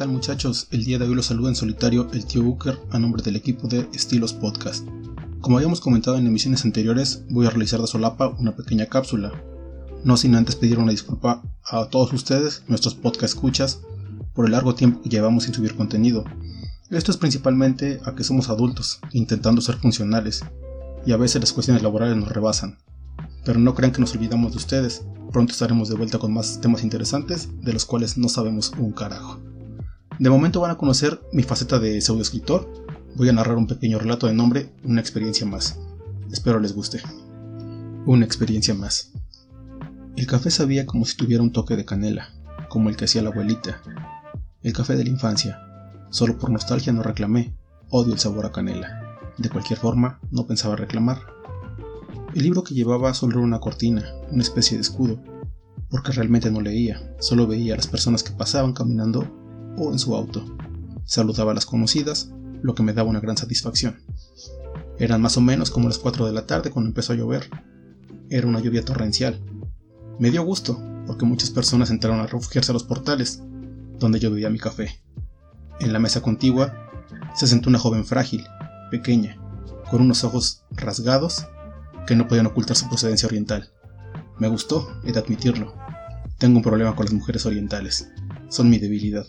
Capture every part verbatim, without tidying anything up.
tal, muchachos? El día de hoy los saluda en solitario el tío Booker a nombre del equipo de Estilos Podcast. Como habíamos comentado en emisiones anteriores, voy a realizar de solapa una pequeña cápsula, no sin antes pedir una disculpa a todos ustedes, nuestros podcast escuchas, por el largo tiempo que llevamos sin subir contenido. Esto es principalmente a que somos adultos, intentando ser funcionales, y a veces las cuestiones laborales nos rebasan. Pero no crean que nos olvidamos de ustedes, pronto estaremos de vuelta con más temas interesantes de los cuales no sabemos un carajo. De momento van a conocer mi faceta de pseudoescritor, voy a narrar un pequeño relato de nombre Una experiencia más. Espero les guste. Una experiencia más. El café sabía como si tuviera un toque de canela, como el que hacía la abuelita. El café de la infancia. Solo por nostalgia no reclamé, odio el sabor a canela. De cualquier forma, no pensaba reclamar. El libro que llevaba solo era una cortina, una especie de escudo, porque realmente no leía, solo veía a las personas que pasaban caminando o en su auto. Saludaba a las conocidas, lo que me daba una gran satisfacción. Eran más o menos como las cuatro de la tarde cuando empezó a llover. Era una lluvia torrencial. Me dio gusto, porque muchas personas entraron a refugiarse a los portales, donde yo bebía mi café. En la mesa contigua se sentó una joven frágil, pequeña, con unos ojos rasgados que no podían ocultar su procedencia oriental. Me gustó, he de admitirlo. Tengo un problema con las mujeres orientales. Son mi debilidad.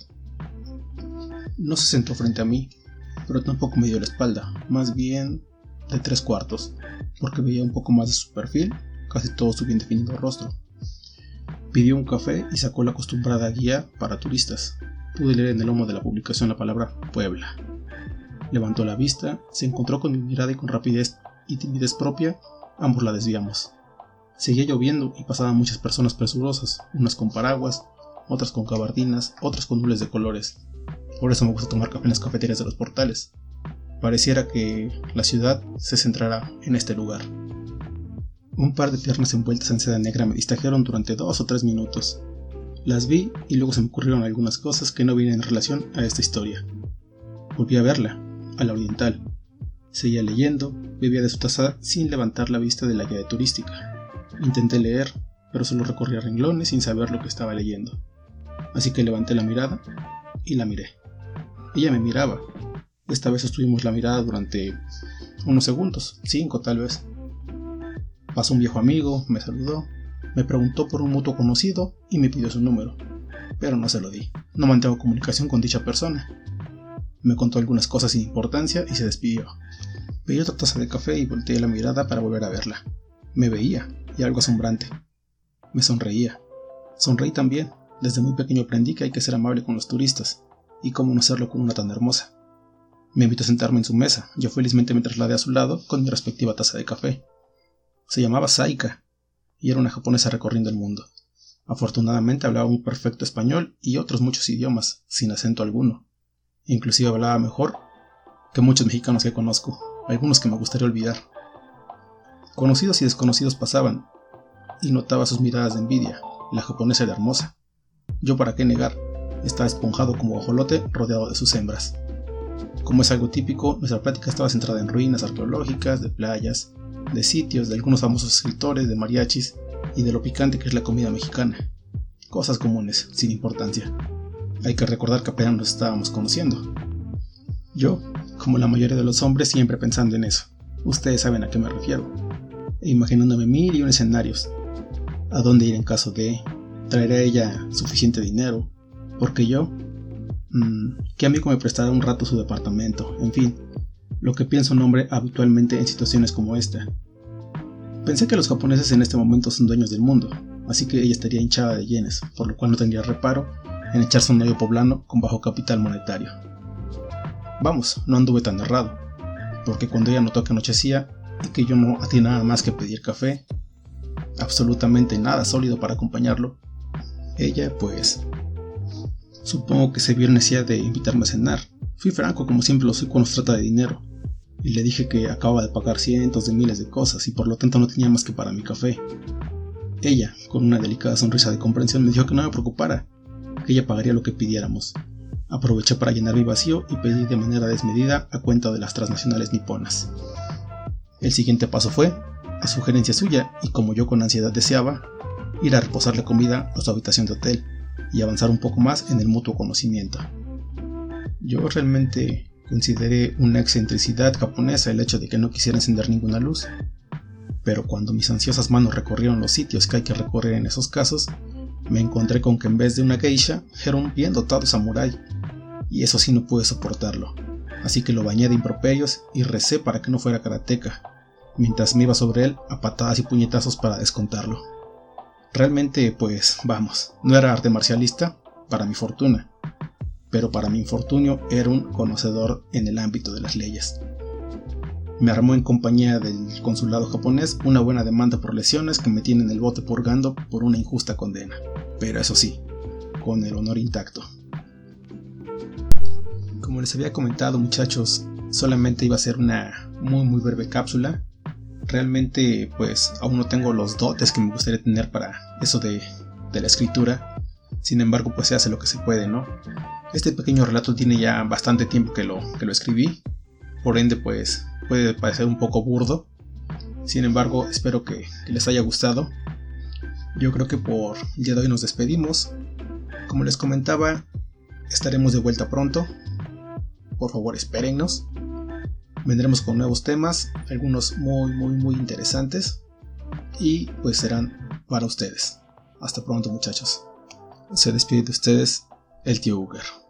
No se sentó frente a mí, pero tampoco me dio la espalda, más bien de tres cuartos, porque veía un poco más de su perfil, casi todo su bien definido rostro. Pidió un café y sacó la acostumbrada guía para turistas. Pude leer en el lomo de la publicación la palabra Puebla. Levantó la vista, se encontró con mi mirada y con rapidez y timidez propia, ambos la desviamos. Seguía lloviendo y pasaban muchas personas presurosas, unas con paraguas, otras con gabardinas, otras con nules de colores. Por eso me gusta tomar café en las cafeterías de los portales. Pareciera que la ciudad se centrará en este lugar. Un par de piernas envueltas en seda negra me distrajeron durante dos o tres minutos. Las vi y luego se me ocurrieron algunas cosas que no vienen en relación a esta historia. Volví a verla, a la oriental. Seguía leyendo, bebía de su taza sin levantar la vista de la guía turística. Intenté leer, pero solo recorría renglones sin saber lo que estaba leyendo. Así que levanté la mirada y la miré. Ella me miraba. Esta vez sostuvimos la mirada durante unos segundos, cinco tal vez. Pasó un viejo amigo, me saludó, me preguntó por un mutuo conocido y me pidió su número, pero no se lo di. No mantengo comunicación con dicha persona. Me contó algunas cosas sin importancia y se despidió. Pedí otra taza de café y volteé la mirada para volver a verla. Me veía, y algo asombrante. Me sonreía. Sonreí también. Desde muy pequeño aprendí que hay que ser amable con los turistas, y cómo no serlo con una tan hermosa. Me invitó a sentarme en su mesa. Yo felizmente me trasladé a su lado con mi respectiva taza de café. Se llamaba Saika, y era una japonesa recorriendo el mundo. Afortunadamente hablaba un perfecto español y otros muchos idiomas, sin acento alguno. Inclusive hablaba mejor que muchos mexicanos que conozco, algunos que me gustaría olvidar. Conocidos y desconocidos pasaban, y notaba sus miradas de envidia. La japonesa era hermosa. Yo, para qué negar, estaba esponjado como ajolote rodeado de sus hembras. Como es algo típico, nuestra plática estaba centrada en ruinas arqueológicas, de playas, de sitios, de algunos famosos escritores, de mariachis y de lo picante que es la comida mexicana. Cosas comunes, sin importancia. Hay que recordar que apenas nos estábamos conociendo. Yo, como la mayoría de los hombres, siempre pensando en eso. Ustedes saben a qué me refiero. E imaginándome mil y un escenarios. ¿A dónde ir en caso de? ¿Traerá a ella suficiente dinero? Porque yo... Mmm, ¿qué amigo me prestará un rato su departamento? En fin, lo que piensa un hombre habitualmente en situaciones como esta. Pensé que los japoneses en este momento son dueños del mundo, así que ella estaría hinchada de yenes, por lo cual no tendría reparo en echarse un novio poblano con bajo capital monetario. Vamos, no anduve tan errado, porque cuando ella notó que anochecía y que yo no hacía nada más que pedir café, absolutamente nada sólido para acompañarlo, ella, pues, supongo que se vio en necesidad de invitarme a cenar. Fui franco como siempre lo soy cuando se trata de dinero, y le dije que acababa de pagar cientos de miles de cosas y por lo tanto no tenía más que para mi café. Ella, con una delicada sonrisa de comprensión, me dijo que no me preocupara, que ella pagaría lo que pidiéramos. Aproveché para llenar mi vacío y pedí de manera desmedida a cuenta de las transnacionales niponas. El siguiente paso fue, a sugerencia suya y como yo con ansiedad deseaba, ir a reposar la comida a su habitación de hotel y avanzar un poco más en el mutuo conocimiento. Yo realmente consideré una excentricidad japonesa el hecho de que no quisiera encender ninguna luz, pero cuando mis ansiosas manos recorrieron los sitios que hay que recorrer en esos casos, me encontré con que en vez de una geisha era un bien dotado samurái, y eso sí no pude soportarlo, así que lo bañé de improperios y recé para que no fuera karateka, mientras me iba sobre él a patadas y puñetazos para descontarlo. Realmente, pues vamos, no era arte marcialista, para mi fortuna, pero para mi infortunio era un conocedor en el ámbito de las leyes. Me armó en compañía del consulado japonés una buena demanda por lesiones que me tiene en el bote purgando por una injusta condena, pero eso sí, con el honor intacto. Como les había comentado, muchachos, solamente iba a ser una muy muy breve cápsula. Realmente pues aún no tengo los dotes que me gustaría tener para eso de, de la escritura. Sin embargo, pues se hace lo que se puede, ¿no? Este pequeño relato tiene ya bastante tiempo que lo, que lo escribí, por ende pues puede parecer un poco burdo. Sin embargo, espero que, que les haya gustado. Yo creo que por el día de hoy nos despedimos. Como les comentaba, estaremos de vuelta pronto. Por favor, espérennos. Vendremos con nuevos temas, algunos muy muy muy interesantes, y pues serán para ustedes. Hasta pronto, muchachos. Se despide de ustedes el tío Uger.